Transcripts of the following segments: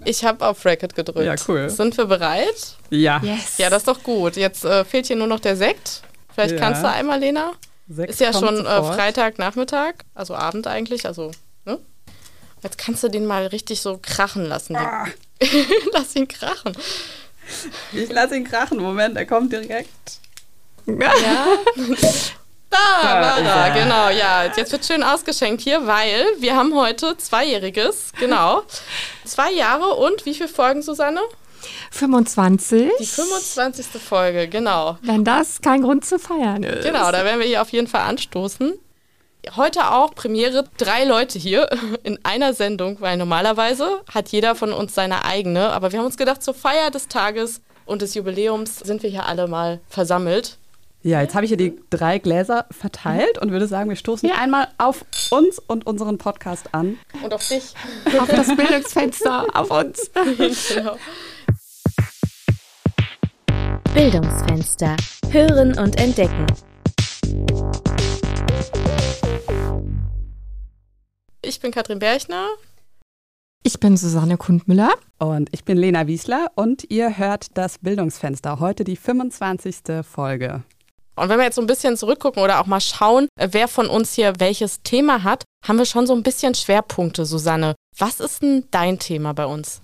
Ich habe auf Record gedrückt. Ja, cool. Sind wir bereit? Ja. Yes. Ja, das ist doch gut. Jetzt fehlt hier nur noch der Sekt. Vielleicht kannst du einmal, Lena. Sekt ist ja schon sofort. Freitagnachmittag, also Abend eigentlich. Also, ne? Jetzt kannst du den mal richtig so krachen lassen. Lass ihn krachen. Ich lasse ihn krachen. Moment, er kommt direkt. Ja. Da war er, genau, ja. Jetzt wird schön ausgeschenkt hier, weil wir haben heute Zweijähriges, genau. 2 Jahre und wie viele Folgen, Susanne? 25. Die 25. Folge, genau. Wenn das kein Grund zu feiern ist. Genau, da werden wir hier auf jeden Fall anstoßen. Heute auch Premiere, 3 Leute hier in einer Sendung, weil normalerweise hat jeder von uns seine eigene. Aber wir haben uns gedacht, zur Feier des Tages und des Jubiläums sind wir hier alle mal versammelt. Ja, jetzt habe ich hier die 3 Gläser verteilt und würde sagen, wir stoßen einmal auf uns und unseren Podcast an. Und auf dich. Auf das Bildungsfenster, auf uns. Genau. Bildungsfenster. Hören und entdecken. Ich bin Katrin Berchner. Ich bin Susanne Kundmüller. Und ich bin Lena Wiesler und ihr hört das Bildungsfenster. Heute die 25. Folge. Und wenn wir jetzt so ein bisschen zurückgucken oder auch mal schauen, wer von uns hier welches Thema hat, haben wir schon so ein bisschen Schwerpunkte, Susanne. Was ist denn dein Thema bei uns?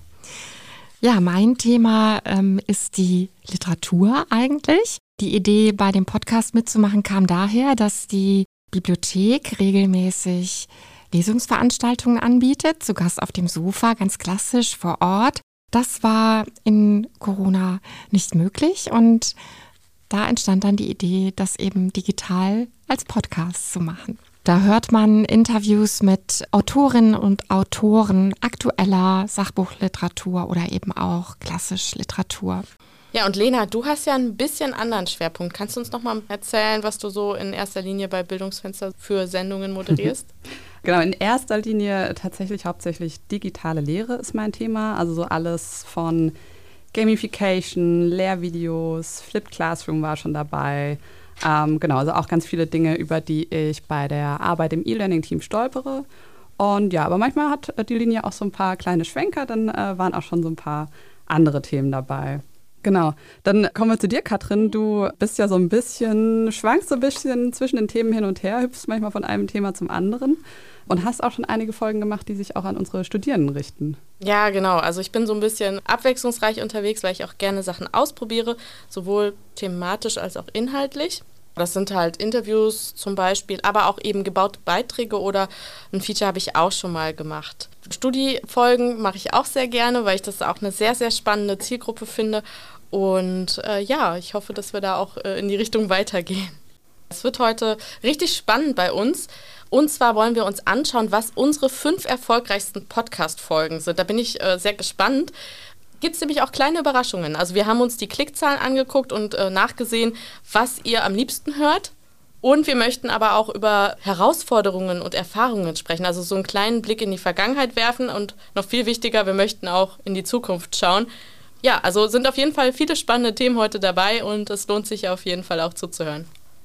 Ja, mein Thema ist die Literatur eigentlich. Die Idee, bei dem Podcast mitzumachen, kam daher, dass die Bibliothek regelmäßig Lesungsveranstaltungen anbietet, zu Gast auf dem Sofa, ganz klassisch vor Ort. Das war in Corona nicht möglich und da entstand dann die Idee, das eben digital als Podcast zu machen. Da hört man Interviews mit Autorinnen und Autoren aktueller Sachbuchliteratur oder eben auch klassisch Literatur. Ja, und Lena, du hast ja ein bisschen anderen Schwerpunkt. Kannst du uns noch mal erzählen, was du so in erster Linie bei Bildungsfenster für Sendungen moderierst? Genau, in erster Linie tatsächlich hauptsächlich digitale Lehre ist mein Thema. Also so alles von Gamification, Lehrvideos, Flipped Classroom war schon dabei. Genau, also auch ganz viele Dinge, über die ich bei der Arbeit im E-Learning-Team stolpere. Und ja, aber manchmal hat die Linie auch so ein paar kleine Schwenker, dann waren auch schon so ein paar andere Themen dabei. Genau, dann kommen wir zu dir, Katrin. Du bist ja so ein bisschen, schwankst so ein bisschen zwischen den Themen hin und her, hüpfst manchmal von einem Thema zum anderen und hast auch schon einige Folgen gemacht, die sich auch an unsere Studierenden richten. Ja, genau. Also ich bin so ein bisschen abwechslungsreich unterwegs, weil ich auch gerne Sachen ausprobiere, sowohl thematisch als auch inhaltlich. Das sind halt Interviews zum Beispiel, aber auch eben gebaute Beiträge oder ein Feature habe ich auch schon mal gemacht. Studiefolgen mache ich auch sehr gerne, weil ich das auch eine sehr, sehr spannende Zielgruppe finde. Und ja, ich hoffe, dass wir da auch in die Richtung weitergehen. Es wird heute richtig spannend bei uns. Und zwar wollen wir uns anschauen, was unsere 5 erfolgreichsten Podcast-Folgen sind. Da bin ich sehr gespannt. Gibt es nämlich auch kleine Überraschungen. Also wir haben uns die Klickzahlen angeguckt und nachgesehen, was ihr am liebsten hört. Und wir möchten aber auch über Herausforderungen und Erfahrungen sprechen. Also so einen kleinen Blick in die Vergangenheit werfen und noch viel wichtiger, wir möchten auch in die Zukunft schauen. Ja, also sind auf jeden Fall viele spannende Themen heute dabei und es lohnt sich auf jeden Fall auch zuzuhören.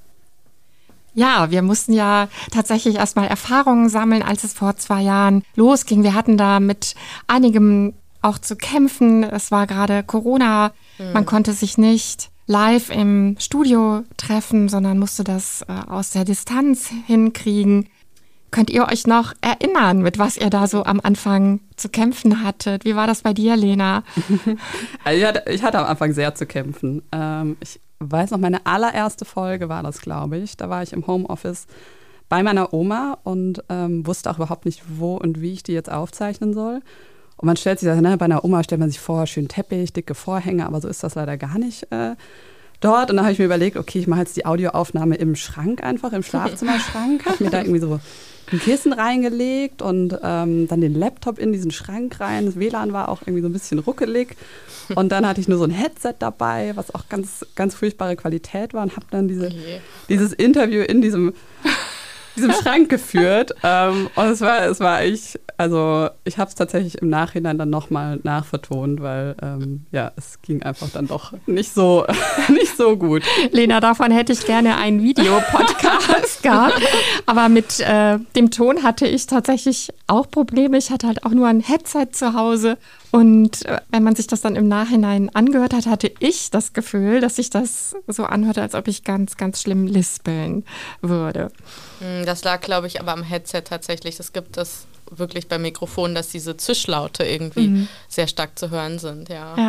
Ja, wir mussten ja tatsächlich erstmal Erfahrungen sammeln, als es vor 2 Jahren losging. Wir hatten da mit einigem auch zu kämpfen. Es war gerade Corona. Man konnte sich nicht live im Studio treffen, sondern musste das aus der Distanz hinkriegen. Könnt ihr euch noch erinnern, mit was ihr da so am Anfang zu kämpfen hattet? Wie war das bei dir, Lena? Also ich hatte am Anfang sehr zu kämpfen. Ich weiß noch, meine allererste Folge war das, glaube ich. Da war ich im Homeoffice bei meiner Oma und wusste auch überhaupt nicht, wo und wie ich die jetzt aufzeichnen soll. Und man stellt sich das, bei einer Oma stellt man sich vor, schön Teppich, dicke Vorhänge, aber so ist das leider gar nicht dort. Und dann habe ich mir überlegt, okay, ich mache jetzt die Audioaufnahme im Schrank einfach, im Schlafzimmerschrank. Habe mir da irgendwie so ein Kissen reingelegt und dann den Laptop in diesen Schrank rein. Das WLAN war auch irgendwie so ein bisschen ruckelig. Und dann hatte ich nur so ein Headset dabei, was auch ganz, ganz furchtbare Qualität war und habe dann dieses Interview in diesem Schrank geführt. Und es war echt, Also ich habe es tatsächlich im Nachhinein dann nochmal nachvertont, weil es ging einfach dann doch nicht so gut. Lena, davon hätte ich gerne einen Videopodcast gehabt. Aber mit dem Ton hatte ich tatsächlich auch Probleme. Ich hatte halt auch nur ein Headset zu Hause. Und wenn man sich das dann im Nachhinein angehört hat, hatte ich das Gefühl, dass sich das so anhörte, als ob ich ganz, ganz schlimm lispeln würde. Das lag, glaube ich, aber am Headset tatsächlich. Es gibt das wirklich bei Mikrofonen, dass diese Zischlaute irgendwie sehr stark zu hören sind.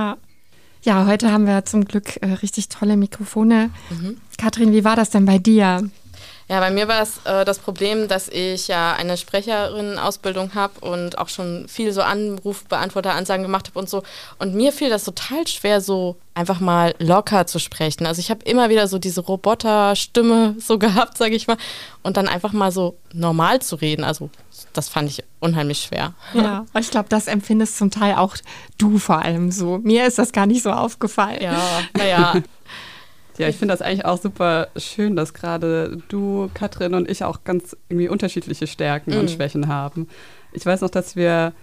Ja, heute haben wir zum Glück richtig tolle Mikrofone. Katrin, wie war das denn bei dir? Ja, bei mir war es das Problem, dass ich ja eine Sprecherinnen-Ausbildung habe und auch schon viel so Anrufbeantworter-Ansagen gemacht habe und so. Und mir fiel das total schwer, so einfach mal locker zu sprechen. Also ich habe immer wieder so diese Roboterstimme so gehabt, sage ich mal. Und dann einfach mal so normal zu reden. Also das fand ich unheimlich schwer. Ja, ich glaube, das empfindest zum Teil auch du vor allem so. Mir ist das gar nicht so aufgefallen. Ja, naja. Ja, ich finde das eigentlich auch super schön, dass gerade du, Katrin und ich auch ganz irgendwie unterschiedliche Stärken und Schwächen haben. Ich weiß noch, dass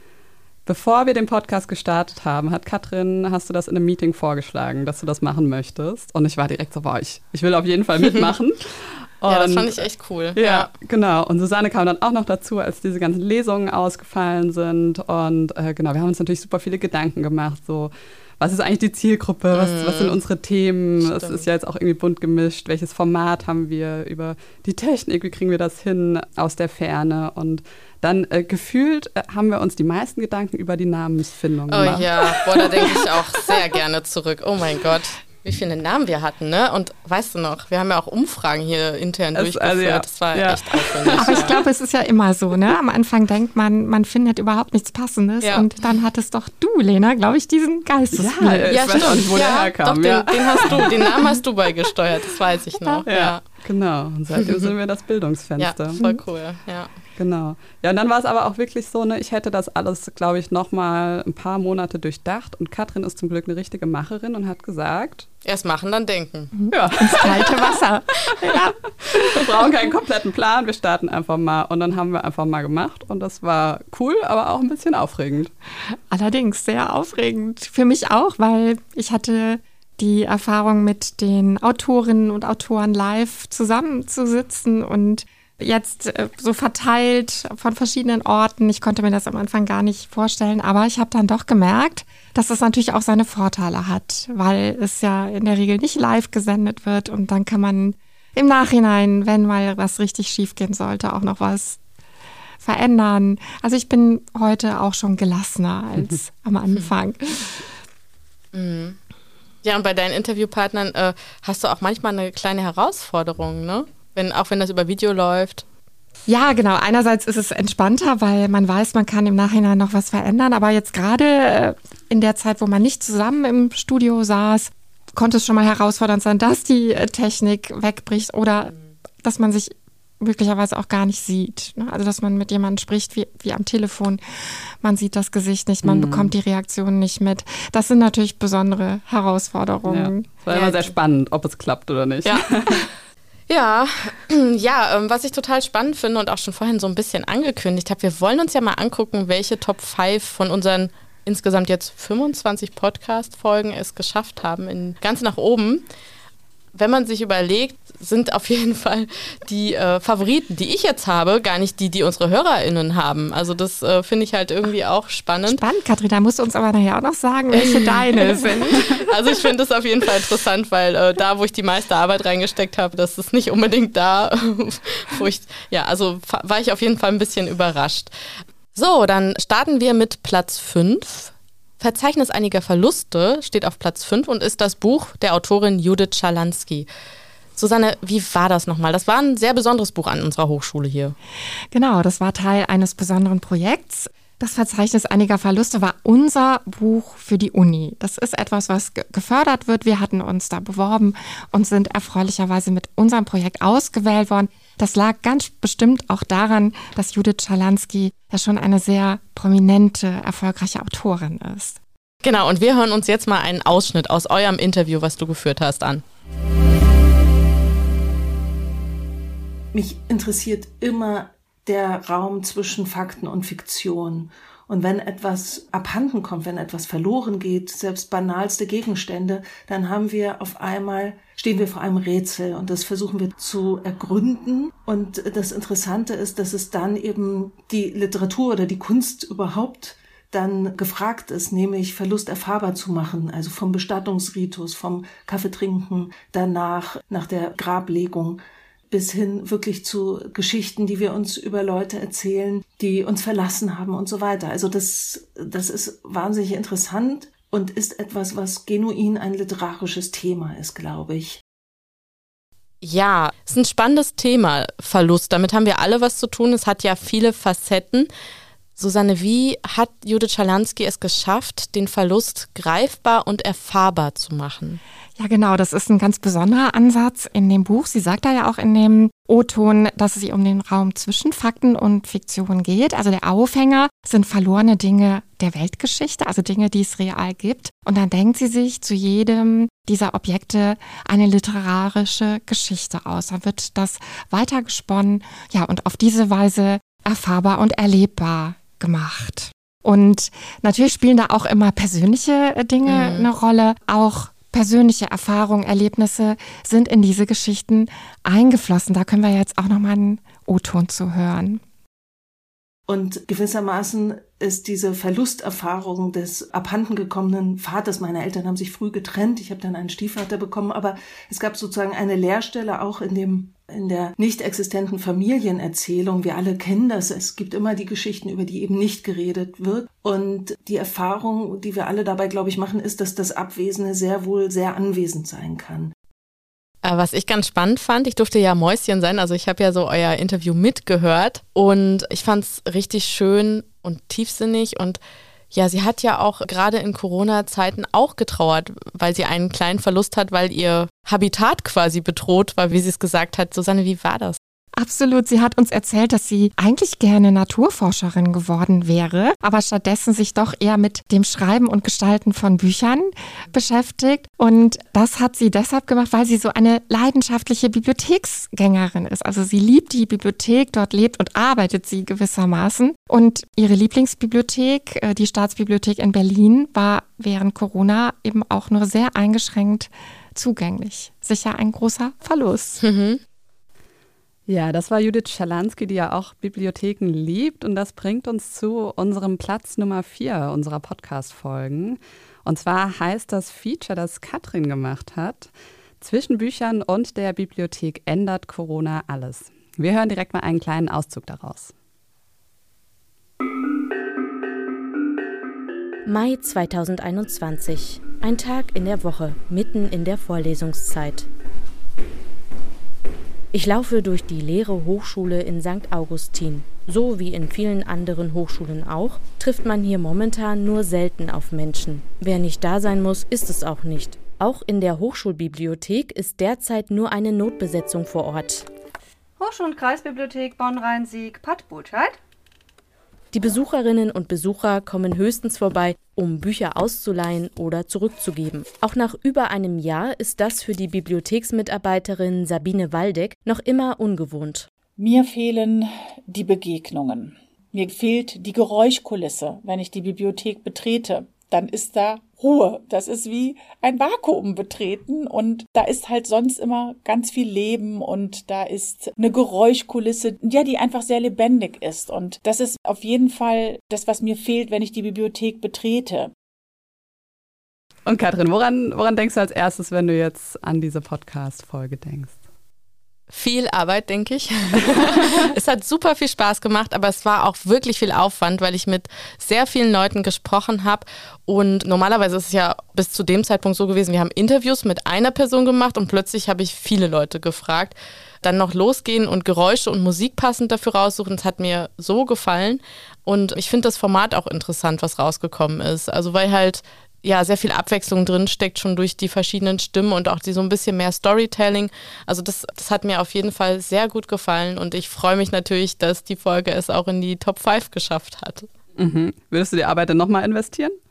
bevor wir den Podcast gestartet haben, hast du das in einem Meeting vorgeschlagen, dass du das machen möchtest. Und ich war direkt so, ich will auf jeden Fall mitmachen. Ja, das fand ich echt cool. Ja, genau. Und Susanne kam dann auch noch dazu, als diese ganzen Lesungen ausgefallen sind. Und genau, wir haben uns natürlich super viele Gedanken gemacht, so was ist eigentlich die Zielgruppe, was sind unsere Themen, es ist ja jetzt auch irgendwie bunt gemischt, welches Format haben wir über die Technik, wie kriegen wir das hin aus der Ferne und dann gefühlt haben wir uns die meisten Gedanken über die Namensfindung gemacht. Oh ja, da denke ich auch sehr gerne zurück, oh mein Gott. Wie viele Namen wir hatten, ne? Und weißt du noch, wir haben ja auch Umfragen hier intern durchgeführt. Also, das war echt aufwendig. Aber ich glaube, es ist ja immer so, ne? Am Anfang denkt man findet überhaupt nichts Passendes. Ja. Und dann hattest doch du, Lena, glaube ich, diesen Geistesblitz. Ja, ich weiß auch nicht, wo der herkam. Doch, den Namen hast du beigesteuert, das weiß ich noch. Ja. Genau. Und seitdem sind wir das Bildungsfenster. Ja, voll cool, ja. Genau. Ja, und dann war es aber auch wirklich so, ne, ich hätte das alles, glaube ich, noch mal ein paar Monate durchdacht. Und Katrin ist zum Glück eine richtige Macherin und hat gesagt: Erst machen, dann denken. Ja. Ins kalte Wasser. Ja. Wir brauchen keinen kompletten Plan, wir starten einfach mal. Und dann haben wir einfach mal gemacht. Und das war cool, aber auch ein bisschen aufregend. Allerdings sehr aufregend. Für mich auch, weil ich hatte die Erfahrung, mit den Autorinnen und Autoren live zusammenzusitzen und jetzt so verteilt von verschiedenen Orten. Ich konnte mir das am Anfang gar nicht vorstellen, aber ich habe dann doch gemerkt, dass das natürlich auch seine Vorteile hat, weil es ja in der Regel nicht live gesendet wird und dann kann man im Nachhinein, wenn mal was richtig schief gehen sollte, auch noch was verändern. Also ich bin heute auch schon gelassener als am Anfang. Ja, und bei deinen Interviewpartnern hast du auch manchmal eine kleine Herausforderung, ne? Auch wenn das über Video läuft. Ja, genau. Einerseits ist es entspannter, weil man weiß, man kann im Nachhinein noch was verändern. Aber jetzt gerade in der Zeit, wo man nicht zusammen im Studio saß, konnte es schon mal herausfordernd sein, dass die Technik wegbricht oder dass man sich möglicherweise auch gar nicht sieht. Also dass man mit jemandem spricht wie am Telefon. Man sieht das Gesicht nicht, man bekommt die Reaktion nicht mit. Das sind natürlich besondere Herausforderungen. Es war immer sehr spannend, ob es klappt oder nicht. Ja, was ich total spannend finde und auch schon vorhin so ein bisschen angekündigt habe, wir wollen uns ja mal angucken, welche Top 5 von unseren insgesamt jetzt 25 Podcast-Folgen es geschafft haben, ganz nach oben. Wenn man sich überlegt, sind auf jeden Fall die Favoriten, die ich jetzt habe, gar nicht die unsere HörerInnen haben. Also das finde ich halt irgendwie auch spannend. Spannend, Katrin, da musst du uns aber nachher auch noch sagen, welche deine sind. Also ich finde es auf jeden Fall interessant, weil da, wo ich die meiste Arbeit reingesteckt habe, das ist nicht unbedingt da, war ich auf jeden Fall ein bisschen überrascht. So, dann starten wir mit Platz 5. Verzeichnis einiger Verluste steht auf Platz 5 und ist das Buch der Autorin Judith Schalansky. Susanne, wie war das nochmal? Das war ein sehr besonderes Buch an unserer Hochschule hier. Genau, das war Teil eines besonderen Projekts. Das Verzeichnis einiger Verluste war unser Buch für die Uni. Das ist etwas, was gefördert wird. Wir hatten uns da beworben und sind erfreulicherweise mit unserem Projekt ausgewählt worden. Das lag ganz bestimmt auch daran, dass Judith Schalansky ja schon eine sehr prominente, erfolgreiche Autorin ist. Genau, und wir hören uns jetzt mal einen Ausschnitt aus eurem Interview, was du geführt hast, an. Mich interessiert immer der Raum zwischen Fakten und Fiktion. Und wenn etwas abhanden kommt, wenn etwas verloren geht, selbst banalste Gegenstände, dann stehen wir vor einem Rätsel und das versuchen wir zu ergründen. Und das Interessante ist, dass es dann eben die Literatur oder die Kunst überhaupt dann gefragt ist, nämlich Verlust erfahrbar zu machen, also vom Bestattungsritus, vom Kaffeetrinken danach, nach der Grablegung, bis hin wirklich zu Geschichten, die wir uns über Leute erzählen, die uns verlassen haben und so weiter. Also das ist wahnsinnig interessant und ist etwas, was genuin ein literarisches Thema ist, glaube ich. Ja, es ist ein spannendes Thema, Verlust. Damit haben wir alle was zu tun. Es hat ja viele Facetten. Susanne, wie hat Judith Schalansky es geschafft, den Verlust greifbar und erfahrbar zu machen? Ja, genau, das ist ein ganz besonderer Ansatz in dem Buch. Sie sagt da ja auch in dem O-Ton, dass es um den Raum zwischen Fakten und Fiktion geht. Also der Aufhänger sind verlorene Dinge der Weltgeschichte, also Dinge, die es real gibt. Und dann denkt sie sich zu jedem dieser Objekte eine literarische Geschichte aus. Dann wird das weitergesponnen, ja, und auf diese Weise erfahrbar und erlebbar gemacht. Und natürlich spielen da auch immer persönliche Dinge eine Rolle, auch persönliche Erfahrungen, Erlebnisse sind in diese Geschichten eingeflossen. Da können wir jetzt auch nochmal einen O-Ton zu hören. Und gewissermaßen ist diese Verlusterfahrung des abhandengekommenen Vaters, meine Eltern haben sich früh getrennt, ich habe dann einen Stiefvater bekommen, aber es gab sozusagen eine Leerstelle auch in der nicht existenten Familienerzählung. Wir alle kennen das, es gibt immer die Geschichten, über die eben nicht geredet wird. Und die Erfahrung, die wir alle dabei, glaube ich, machen, ist, dass das Abwesende sehr wohl sehr anwesend sein kann. Was ich ganz spannend fand, ich durfte ja Mäuschen sein, also ich habe ja so euer Interview mitgehört und ich fand es richtig schön und tiefsinnig und ja, sie hat ja auch gerade in Corona-Zeiten auch getrauert, weil sie einen kleinen Verlust hat, weil ihr Habitat quasi bedroht war, wie sie es gesagt hat. Susanne, wie war das? Absolut. Sie hat uns erzählt, dass sie eigentlich gerne Naturforscherin geworden wäre, aber stattdessen sich doch eher mit dem Schreiben und Gestalten von Büchern beschäftigt. Und das hat sie deshalb gemacht, weil sie so eine leidenschaftliche Bibliotheksgängerin ist. Also sie liebt die Bibliothek, dort lebt und arbeitet sie gewissermaßen. Und ihre Lieblingsbibliothek, die Staatsbibliothek in Berlin, war während Corona eben auch nur sehr eingeschränkt zugänglich. Sicher ein großer Verlust. Ja, das war Judith Schalansky, die ja auch Bibliotheken liebt. Und das bringt uns zu unserem Platz Nummer 4 unserer Podcast-Folgen. Und zwar heißt das Feature, das Katrin gemacht hat, zwischen Büchern und der Bibliothek ändert Corona alles. Wir hören direkt mal einen kleinen Auszug daraus. Mai 2021. Ein Tag in der Woche, mitten in der Vorlesungszeit. Ich laufe durch die leere Hochschule in St. Augustin. So wie in vielen anderen Hochschulen auch, trifft man hier momentan nur selten auf Menschen. Wer nicht da sein muss, ist es auch nicht. Auch in der Hochschulbibliothek ist derzeit nur eine Notbesetzung vor Ort. Hochschul- und Kreisbibliothek Bonn-Rhein-Sieg, Pat Bulscheid. Die Besucherinnen und Besucher kommen höchstens vorbei, um Bücher auszuleihen oder zurückzugeben. Auch nach über einem Jahr ist das für die Bibliotheksmitarbeiterin Sabine Waldeck noch immer ungewohnt. Mir fehlen die Begegnungen. Mir fehlt die Geräuschkulisse, wenn ich die Bibliothek betrete. Dann ist da Ruhe. Das ist wie ein Vakuum betreten und da ist halt sonst immer ganz viel Leben und da ist eine Geräuschkulisse, ja, die einfach sehr lebendig ist. Und das ist auf jeden Fall das, was mir fehlt, wenn ich die Bibliothek betrete. Und Katrin, woran denkst du als erstes, wenn du jetzt an diese Podcast-Folge denkst? Viel Arbeit, denke ich. Es hat super viel Spaß gemacht, aber es war auch wirklich viel Aufwand, weil ich mit sehr vielen Leuten gesprochen habe. Und normalerweise ist es ja bis zu dem Zeitpunkt so gewesen, wir haben Interviews mit einer Person gemacht und plötzlich habe ich viele Leute gefragt. Dann noch losgehen und Geräusche und Musik passend dafür raussuchen. Es hat mir so gefallen. Und ich finde das Format auch interessant, was rausgekommen ist. Also weil halt ja sehr viel Abwechslung drin steckt, schon durch die verschiedenen Stimmen und auch die so ein bisschen mehr Storytelling. Also das hat mir auf jeden Fall sehr gut gefallen und ich freue mich natürlich, dass die Folge es auch in die Top 5 geschafft hat. Mhm. Würdest du die Arbeit dann nochmal investieren?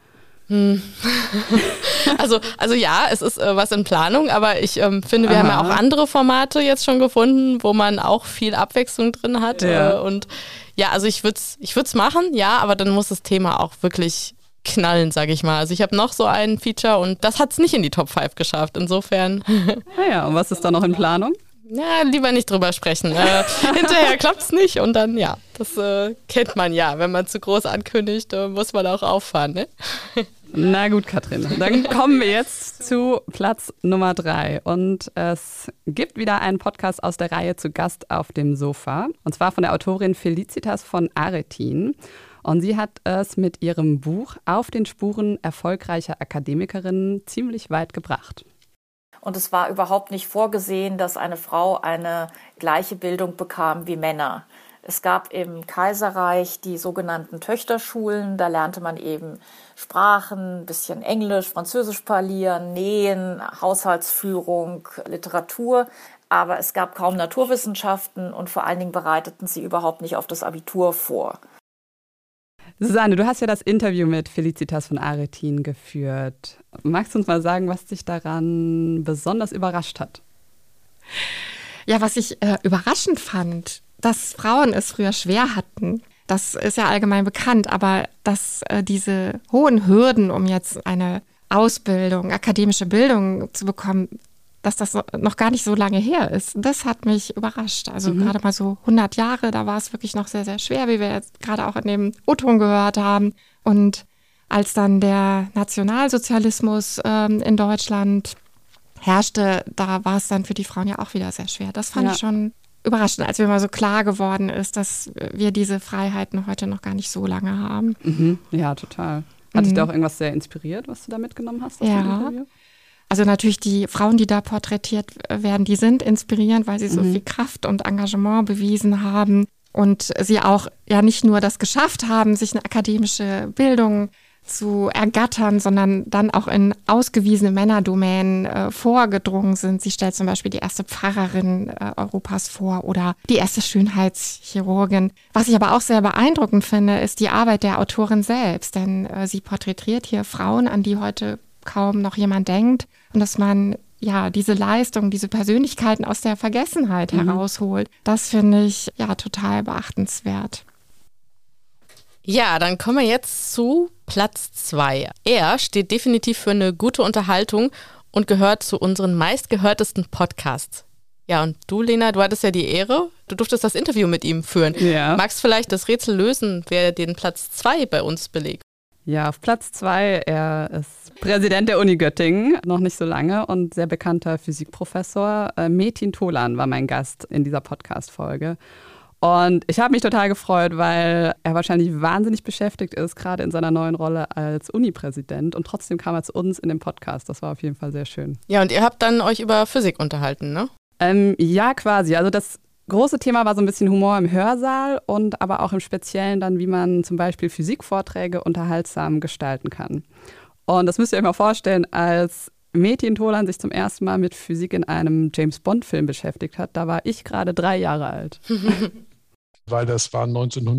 Also ja, es ist was in Planung, aber ich finde, wir haben ja auch andere Formate jetzt schon gefunden, wo man auch viel Abwechslung drin hat. Ja. Und ja, also ich würd's machen, ja, aber dann muss das Thema auch wirklich knallen, sage ich mal. Also ich habe noch so ein Feature und das hat es nicht in die Top 5 geschafft. Insofern. Naja, und was ist da noch in Planung? Ja, lieber nicht drüber sprechen. Hinterher klappt's nicht und dann, ja, das kennt man ja. Wenn man zu groß ankündigt, muss man auch auffahren, ne? Na gut, Katrin, dann kommen wir jetzt zu Platz Nummer 3. Und es gibt wieder einen Podcast aus der Reihe Zu Gast auf dem Sofa. Und zwar von der Autorin Felicitas von Aretin. Und sie hat es mit ihrem Buch Auf den Spuren erfolgreicher Akademikerinnen ziemlich weit gebracht. Und es war überhaupt nicht vorgesehen, dass eine Frau eine gleiche Bildung bekam wie Männer. Es gab im Kaiserreich die sogenannten Töchterschulen. Da lernte man eben Sprachen, ein bisschen Englisch, Französisch parlieren, Nähen, Haushaltsführung, Literatur. Aber es gab kaum Naturwissenschaften und vor allen Dingen bereiteten sie überhaupt nicht auf das Abitur vor. Susanne, du hast ja das Interview mit Felicitas von Aretin geführt. Magst du uns mal sagen, was dich daran besonders überrascht hat? Ja, was ich überraschend fand, dass Frauen es früher schwer hatten. Das ist ja allgemein bekannt, aber dass diese hohen Hürden, um jetzt eine Ausbildung, akademische Bildung zu bekommen, dass das noch gar nicht so lange her ist. Das hat mich überrascht. Also gerade mal so 100 Jahre, da war es wirklich noch sehr, sehr schwer, wie wir jetzt gerade auch in dem O-Ton gehört haben. Und als dann der Nationalsozialismus in Deutschland herrschte, da war es dann für die Frauen ja auch wieder sehr schwer. Das fand ich schon überraschend, als mir mal so klar geworden ist, dass wir diese Freiheiten heute noch gar nicht so lange haben. Mhm. Ja, total. Hat dich da auch irgendwas sehr inspiriert, was du da mitgenommen hast aus dem Interview? Also natürlich die Frauen, die da porträtiert werden, die sind inspirierend, weil sie so viel Kraft und Engagement bewiesen haben und sie auch ja nicht nur das geschafft haben, sich eine akademische Bildung zu ergattern, sondern dann auch in ausgewiesene Männerdomänen vorgedrungen sind. Sie stellt zum Beispiel die erste Pfarrerin Europas vor oder die erste Schönheitschirurgin. Was ich aber auch sehr beeindruckend finde, ist die Arbeit der Autorin selbst, denn sie porträtiert hier Frauen, an die heute kaum noch jemand denkt und dass man ja diese Leistung, diese Persönlichkeiten aus der Vergessenheit herausholt. Das finde ich ja total beachtenswert. Ja, dann kommen wir jetzt zu Platz 2. Er steht definitiv für eine gute Unterhaltung und gehört zu unseren meistgehörtesten Podcasts. Ja, und du, Lena, du hattest ja die Ehre, du durftest das Interview mit ihm führen. Ja. Magst vielleicht das Rätsel lösen, wer den Platz 2 bei uns belegt? Ja, auf Platz 2, er ist Präsident der Uni Göttingen, noch nicht so lange und sehr bekannter Physikprofessor. Metin Tolan war mein Gast in dieser Podcast-Folge. Und ich habe mich total gefreut, weil er wahrscheinlich wahnsinnig beschäftigt ist, gerade in seiner neuen Rolle als Uni-Präsident. Und trotzdem kam er zu uns in den Podcast. Das war auf jeden Fall sehr schön. Ja, und ihr habt dann euch über Physik unterhalten, ne? Ja, quasi. Also das große Thema war so ein bisschen Humor im Hörsaal und aber auch im Speziellen dann, wie man zum Beispiel Physikvorträge unterhaltsam gestalten kann. Und das müsst ihr euch mal vorstellen, als Metin Tolan sich zum ersten Mal mit Physik in einem James-Bond-Film beschäftigt hat, da war ich gerade 3 Jahre alt. Weil das war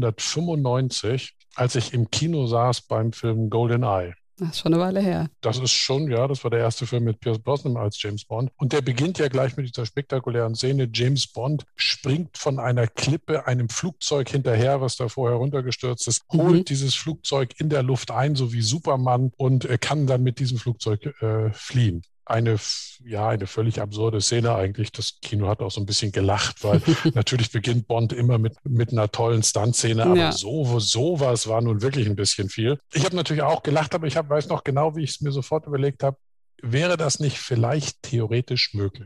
1995, als ich im Kino saß beim Film GoldenEye. Das ist schon eine Weile her. Das ist schon, ja, das war der erste Film mit Pierce Brosnan als James Bond. Und der beginnt ja gleich mit dieser spektakulären Szene. James Bond springt von einer Klippe einem Flugzeug hinterher, was da vorher runtergestürzt ist, holt dieses Flugzeug in der Luft ein, so wie Superman, und kann dann mit diesem Flugzeug fliehen. Eine völlig absurde Szene eigentlich. Das Kino hat auch so ein bisschen gelacht, weil natürlich beginnt Bond immer mit einer tollen Stuntszene, aber sowas war nun wirklich ein bisschen viel. Ich habe natürlich auch gelacht, aber ich weiß noch genau, wie ich es mir sofort überlegt habe, wäre das nicht vielleicht theoretisch möglich?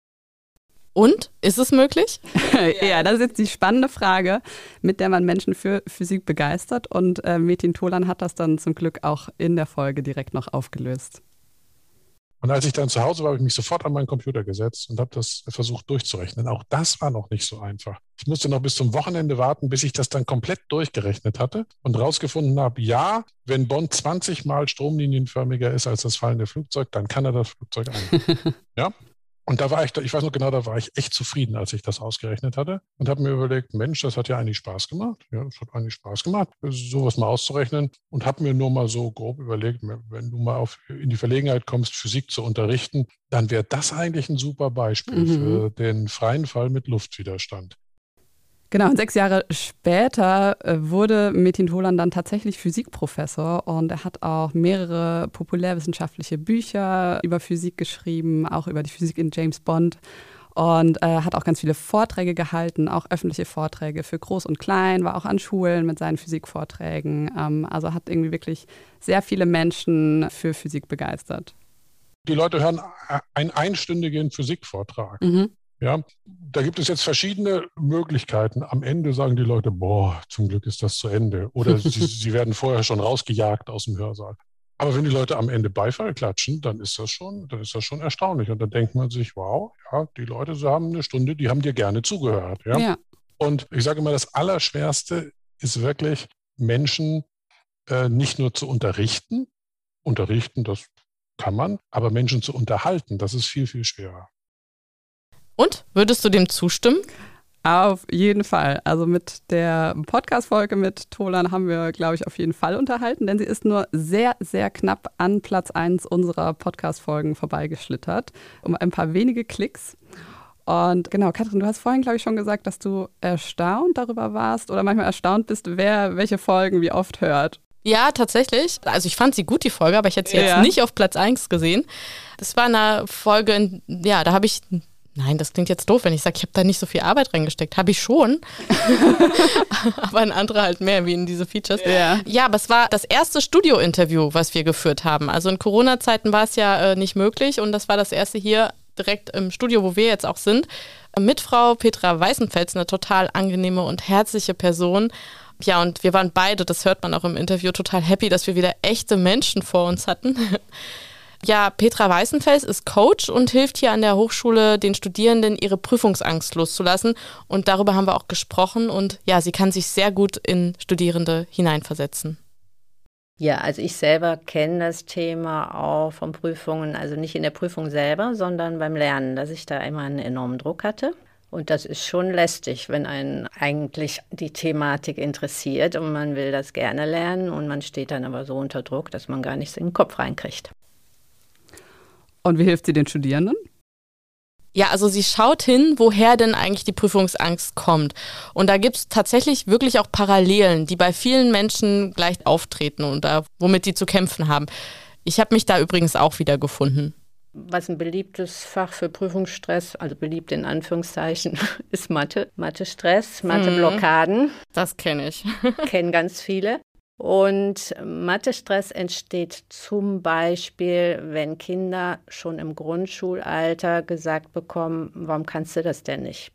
Und? Ist es möglich? Ja, das ist jetzt die spannende Frage, mit der man Menschen für Physik begeistert. Und Metin Tolan hat das dann zum Glück auch in der Folge direkt noch aufgelöst. Und als ich dann zu Hause war, habe ich mich sofort an meinen Computer gesetzt und habe das versucht durchzurechnen. Auch das war noch nicht so einfach. Ich musste noch bis zum Wochenende warten, bis ich das dann komplett durchgerechnet hatte und rausgefunden habe, ja, wenn Bond 20 Mal stromlinienförmiger ist als das fallende Flugzeug, dann kann er das Flugzeug ein. Ja? Und da war ich weiß noch genau, da war ich echt zufrieden, als ich das ausgerechnet hatte und habe mir überlegt, Mensch, das hat ja eigentlich Spaß gemacht. Ja, das hat eigentlich Spaß gemacht, sowas mal auszurechnen und habe mir nur mal so grob überlegt, wenn du mal in die Verlegenheit kommst, Physik zu unterrichten, dann wäre das eigentlich ein super Beispiel für den freien Fall mit Luftwiderstand. Genau, und 6 Jahre später wurde Metin Tolan dann tatsächlich Physikprofessor und er hat auch mehrere populärwissenschaftliche Bücher über Physik geschrieben, auch über die Physik in James Bond und hat auch ganz viele Vorträge gehalten, auch öffentliche Vorträge für Groß und Klein, war auch an Schulen mit seinen Physikvorträgen, also hat irgendwie wirklich sehr viele Menschen für Physik begeistert. Die Leute hören einen einstündigen Physikvortrag. Ja, da gibt es jetzt verschiedene Möglichkeiten. Am Ende sagen die Leute, boah, zum Glück ist das zu Ende. Oder sie werden vorher schon rausgejagt aus dem Hörsaal. Aber wenn die Leute am Ende Beifall klatschen, dann ist das schon erstaunlich. Und dann denkt man sich, wow, ja, die Leute haben eine Stunde, die haben dir gerne zugehört. Ja? Ja. Und ich sage immer, das Allerschwerste ist wirklich, Menschen nicht nur zu unterrichten. Unterrichten, das kann man, aber Menschen zu unterhalten, das ist viel, viel schwerer. Und, würdest du dem zustimmen? Auf jeden Fall. Also mit der Podcast-Folge mit Tolan haben wir, glaube ich, auf jeden Fall unterhalten, denn sie ist nur sehr, sehr knapp an Platz 1 unserer Podcast-Folgen vorbeigeschlittert, um ein paar wenige Klicks. Und genau, Katrin, du hast vorhin, glaube ich, schon gesagt, dass du erstaunt darüber warst oder manchmal erstaunt bist, wer welche Folgen wie oft hört. Ja, tatsächlich. Also ich fand sie gut, die Folge, aber ich hätte sie jetzt nicht auf Platz 1 gesehen. Das war eine Folge, da habe ich... Nein, das klingt jetzt doof, wenn ich sage, ich habe da nicht so viel Arbeit reingesteckt. Habe ich schon. Aber in andere halt mehr, wie in diese Features. Ja, aber es war das erste Studio-Interview, was wir geführt haben. Also in Corona-Zeiten war es ja nicht möglich und das war das erste hier direkt im Studio, wo wir jetzt auch sind, mit Frau Petra Weißenfels, eine total angenehme und herzliche Person. Ja, und wir waren beide, das hört man auch im Interview, total happy, dass wir wieder echte Menschen vor uns hatten. Ja, Petra Weißenfels ist Coach und hilft hier an der Hochschule den Studierenden, ihre Prüfungsangst loszulassen. Und darüber haben wir auch gesprochen. Und ja, sie kann sich sehr gut in Studierende hineinversetzen. Ja, also ich selber kenne das Thema auch von Prüfungen, also nicht in der Prüfung selber, sondern beim Lernen, dass ich da immer einen enormen Druck hatte. Und das ist schon lästig, wenn einen eigentlich die Thematik interessiert und man will das gerne lernen und man steht dann aber so unter Druck, dass man gar nichts in den Kopf reinkriegt. Und wie hilft sie den Studierenden? Ja, also sie schaut hin, woher denn eigentlich die Prüfungsangst kommt. Und da gibt es tatsächlich wirklich auch Parallelen, die bei vielen Menschen gleich auftreten und womit die zu kämpfen haben. Ich habe mich da übrigens auch wiedergefunden. Was ein beliebtes Fach für Prüfungsstress, also beliebt in Anführungszeichen, ist Mathe. Mathe-Stress, Mathe-Blockaden. Das kenne ich. Kennen ganz viele. Und Mathe-Stress entsteht zum Beispiel, wenn Kinder schon im Grundschulalter gesagt bekommen, warum kannst du das denn nicht?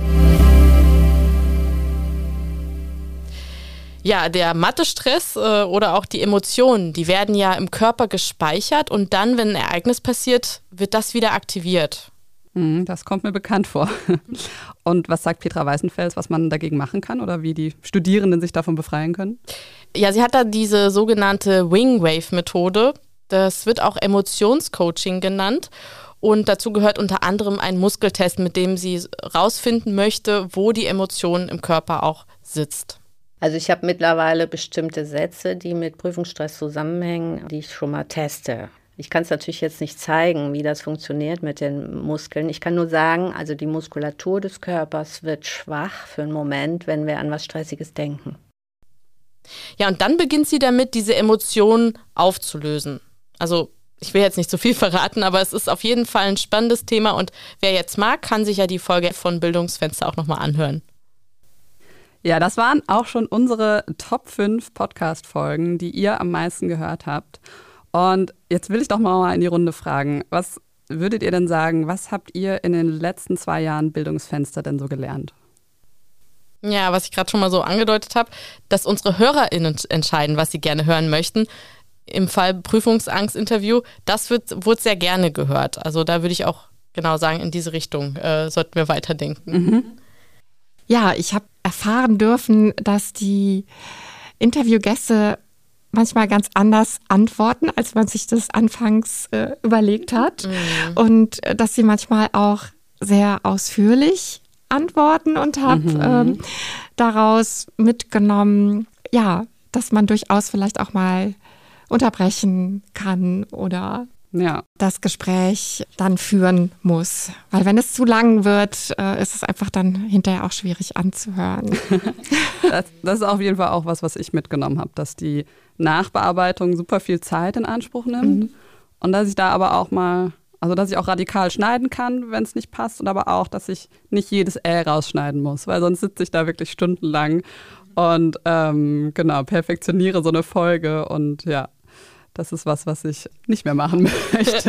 Ja, der Mathe-Stress oder auch die Emotionen, die werden ja im Körper gespeichert und dann, wenn ein Ereignis passiert, wird das wieder aktiviert. Das kommt mir bekannt vor. Und was sagt Petra Weißenfels, was man dagegen machen kann oder wie die Studierenden sich davon befreien können? Ja, sie hat da diese sogenannte Wing-Wave-Methode. Das wird auch Emotionscoaching genannt. Und dazu gehört unter anderem ein Muskeltest, mit dem sie rausfinden möchte, wo die Emotion im Körper auch sitzt. Also ich habe mittlerweile bestimmte Sätze, die mit Prüfungsstress zusammenhängen, die ich schon mal teste. Ich kann es natürlich jetzt nicht zeigen, wie das funktioniert mit den Muskeln. Ich kann nur sagen, also die Muskulatur des Körpers wird schwach für einen Moment, wenn wir an was Stressiges denken. Ja, und dann beginnt sie damit, diese Emotionen aufzulösen. Also ich will jetzt nicht zu viel verraten, aber es ist auf jeden Fall ein spannendes Thema und wer jetzt mag, kann sich ja die Folge von Bildungsfenster auch nochmal anhören. Ja, das waren auch schon unsere Top 5 Podcast-Folgen, die ihr am meisten gehört habt. Und jetzt will ich doch mal in die Runde fragen, was würdet ihr denn sagen, was habt ihr in den letzten 2 Jahren Bildungsfenster denn so gelernt? Ja, was ich gerade schon mal so angedeutet habe, dass unsere HörerInnen entscheiden, was sie gerne hören möchten. Im Fall Prüfungsangst-Interview, das wurde sehr gerne gehört. Also da würde ich auch genau sagen, in diese Richtung sollten wir weiterdenken. Ja, ich habe erfahren dürfen, dass die Interviewgäste manchmal ganz anders antworten, als man sich das anfangs überlegt hat. Und dass sie manchmal auch sehr ausführlich antworten und habe daraus mitgenommen, ja, dass man durchaus vielleicht auch mal unterbrechen kann oder das Gespräch dann führen muss. Weil wenn es zu lang wird, ist es einfach dann hinterher auch schwierig anzuhören. Das ist auf jeden Fall auch was ich mitgenommen habe, dass die Nachbearbeitung super viel Zeit in Anspruch nimmt und dass ich da aber auch mal, also dass ich auch radikal schneiden kann, wenn es nicht passt und aber auch, dass ich nicht jedes rausschneiden muss, weil sonst sitze ich da wirklich stundenlang und perfektioniere so eine Folge und ja. Das ist was ich nicht mehr machen möchte.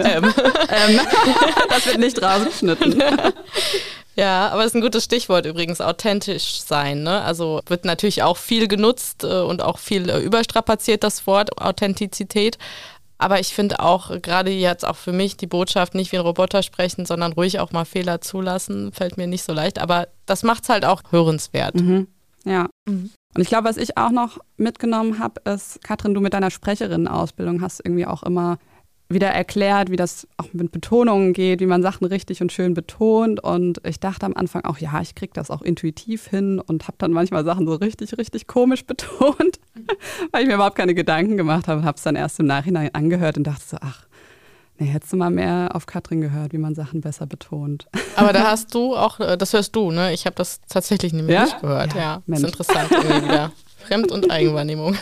Das wird nicht rausgeschnitten. Ja, aber das ist ein gutes Stichwort übrigens, authentisch sein. Ne? Also wird natürlich auch viel genutzt und auch viel überstrapaziert, das Wort Authentizität. Aber ich finde auch, gerade jetzt auch für mich, die Botschaft nicht wie ein Roboter sprechen, sondern ruhig auch mal Fehler zulassen, fällt mir nicht so leicht. Aber das macht es halt auch hörenswert. Ja. Und ich glaube, was ich auch noch mitgenommen habe, ist, Katrin, du mit deiner Sprecherinnenausbildung hast irgendwie auch immer wieder erklärt, wie das auch mit Betonungen geht, wie man Sachen richtig und schön betont. Und ich dachte am Anfang auch, ja, ich kriege das auch intuitiv hin und habe dann manchmal Sachen so richtig, richtig komisch betont, weil ich mir überhaupt keine Gedanken gemacht habe und habe es dann erst im Nachhinein angehört und dachte so, ach, nee, hättest du mal mehr auf Katrin gehört, wie man Sachen besser betont. Aber da hast du auch, das hörst du, ne? Ich habe das tatsächlich nämlich nicht gehört. Ja, ist interessant irgendwie wieder. Fremd- und Eigenwahrnehmung.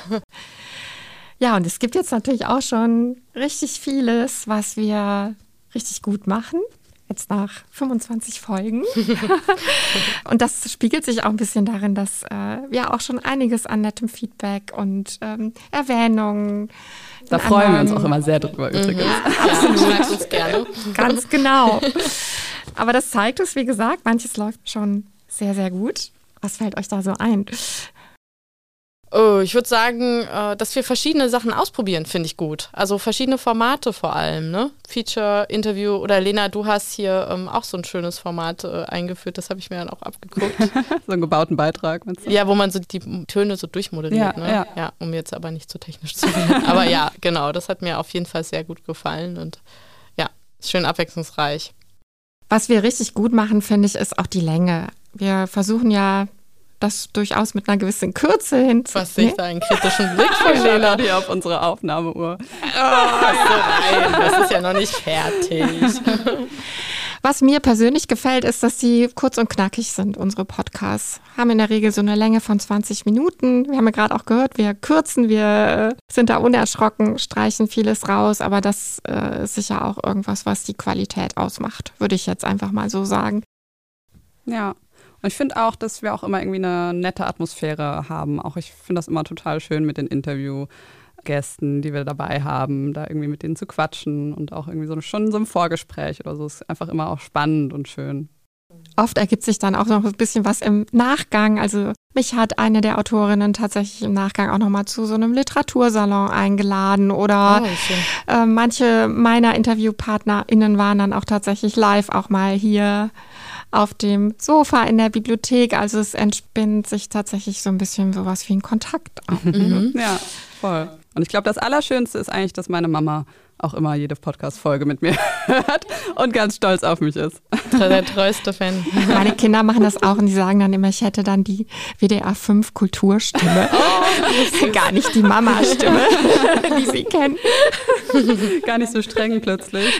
Ja, und es gibt jetzt natürlich auch schon richtig vieles, was wir richtig gut machen. Jetzt nach 25 Folgen. Und das spiegelt sich auch ein bisschen darin, dass wir auch schon einiges an nettem Feedback und Erwähnungen. Da freuen wir uns auch immer sehr drüber übrigens. Ja, schreibt uns gerne. Ganz genau. Aber das zeigt es, wie gesagt, manches läuft schon sehr, sehr gut. Was fällt euch da so ein? Oh, ich würde sagen, dass wir verschiedene Sachen ausprobieren, finde ich gut. Also verschiedene Formate vor allem, ne? Feature, Interview oder Lena, du hast hier auch so ein schönes Format eingeführt, das habe ich mir dann auch abgeguckt. So einen gebauten Beitrag. Meinst du? Ja, wo man so die Töne so durchmoderiert, ne? Ja, um jetzt aber nicht zu technisch zu werden. Aber ja, genau, das hat mir auf jeden Fall sehr gut gefallen und ja, ist schön abwechslungsreich. Was wir richtig gut machen, finde ich, ist auch die Länge. Wir versuchen ja, das durchaus mit einer gewissen Kürze hinzunehmen. Was sehe ich da einen kritischen Blick von Lena? Die auf unsere Aufnahmeuhr. Nein, das ist ja noch nicht fertig. Was mir persönlich gefällt, ist, dass sie kurz und knackig sind, unsere Podcasts. Haben in der Regel so eine Länge von 20 Minuten. Wir haben ja gerade auch gehört, wir kürzen, wir sind da unerschrocken, streichen vieles raus. Aber das ist sicher auch irgendwas, was die Qualität ausmacht, würde ich jetzt einfach mal so sagen. Ja. Und ich finde auch, dass wir auch immer irgendwie eine nette Atmosphäre haben. Auch ich finde das immer total schön mit den Interviewgästen, die wir dabei haben, da irgendwie mit denen zu quatschen und auch irgendwie schon so ein Vorgespräch oder so. Ist einfach immer auch spannend und schön. Oft ergibt sich dann auch noch ein bisschen was im Nachgang. Also mich hat eine der Autorinnen tatsächlich im Nachgang auch nochmal zu so einem Literatursalon eingeladen oder manche meiner InterviewpartnerInnen waren dann auch tatsächlich live auch mal hier auf dem Sofa in der Bibliothek. Also es entspinnt sich tatsächlich so ein bisschen sowas wie ein Kontakt auch. Ja, voll. Und ich glaube, das Allerschönste ist eigentlich, dass meine Mama auch immer jede Podcast-Folge mit mir hört und ganz stolz auf mich ist. Der treueste Fan. Meine Kinder machen das auch und die sagen dann immer, ich hätte dann die WDR 5 Kulturstimme. Gar nicht die Mama-Stimme, die sie kennen. Gar nicht so streng plötzlich.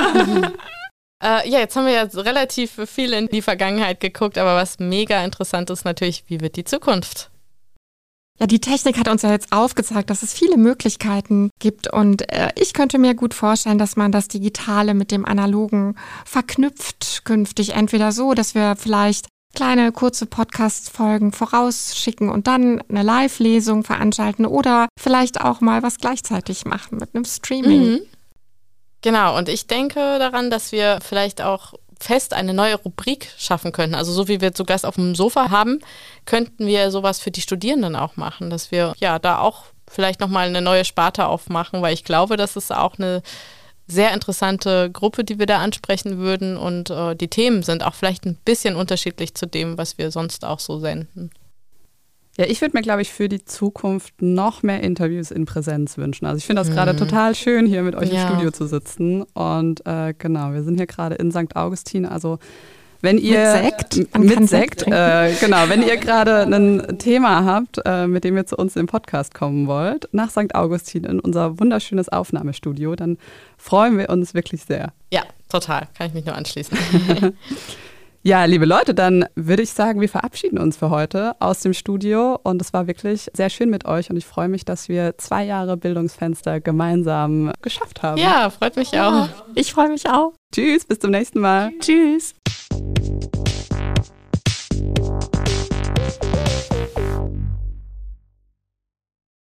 Ja, jetzt haben wir ja relativ viel in die Vergangenheit geguckt, aber was mega interessant ist natürlich, wie wird die Zukunft? Ja, die Technik hat uns ja jetzt aufgezeigt, dass es viele Möglichkeiten gibt und ich könnte mir gut vorstellen, dass man das Digitale mit dem Analogen verknüpft künftig. Entweder so, dass wir vielleicht kleine, kurze Podcast-Folgen vorausschicken und dann eine Live-Lesung veranstalten oder vielleicht auch mal was gleichzeitig machen mit einem Streaming. Genau, und ich denke daran, dass wir vielleicht auch fest eine neue Rubrik schaffen könnten. Also so wie wir zu Gast auf dem Sofa haben, könnten wir sowas für die Studierenden auch machen, dass wir ja da auch vielleicht nochmal eine neue Sparte aufmachen, weil ich glaube, das ist auch eine sehr interessante Gruppe, die wir da ansprechen würden und die Themen sind auch vielleicht ein bisschen unterschiedlich zu dem, was wir sonst auch so senden. Ja, ich würde mir, glaube ich, für die Zukunft noch mehr Interviews in Präsenz wünschen. Also ich finde das gerade total schön, hier mit euch im Studio zu sitzen. Und genau, wir sind hier gerade in St. Augustin. Also wenn ihr mit Sekt, genau, wenn ihr gerade ein Thema habt, mit dem ihr zu uns im Podcast kommen wollt, nach St. Augustin in unser wunderschönes Aufnahmestudio, dann freuen wir uns wirklich sehr. Ja, total. Kann ich mich nur anschließen. Ja, liebe Leute, dann würde ich sagen, wir verabschieden uns für heute aus dem Studio und es war wirklich sehr schön mit euch und ich freue mich, dass wir 2 Jahre Bildungsfenster gemeinsam geschafft haben. Ja, freut mich auch. Ich freue mich auch. Tschüss, bis zum nächsten Mal. Tschüss.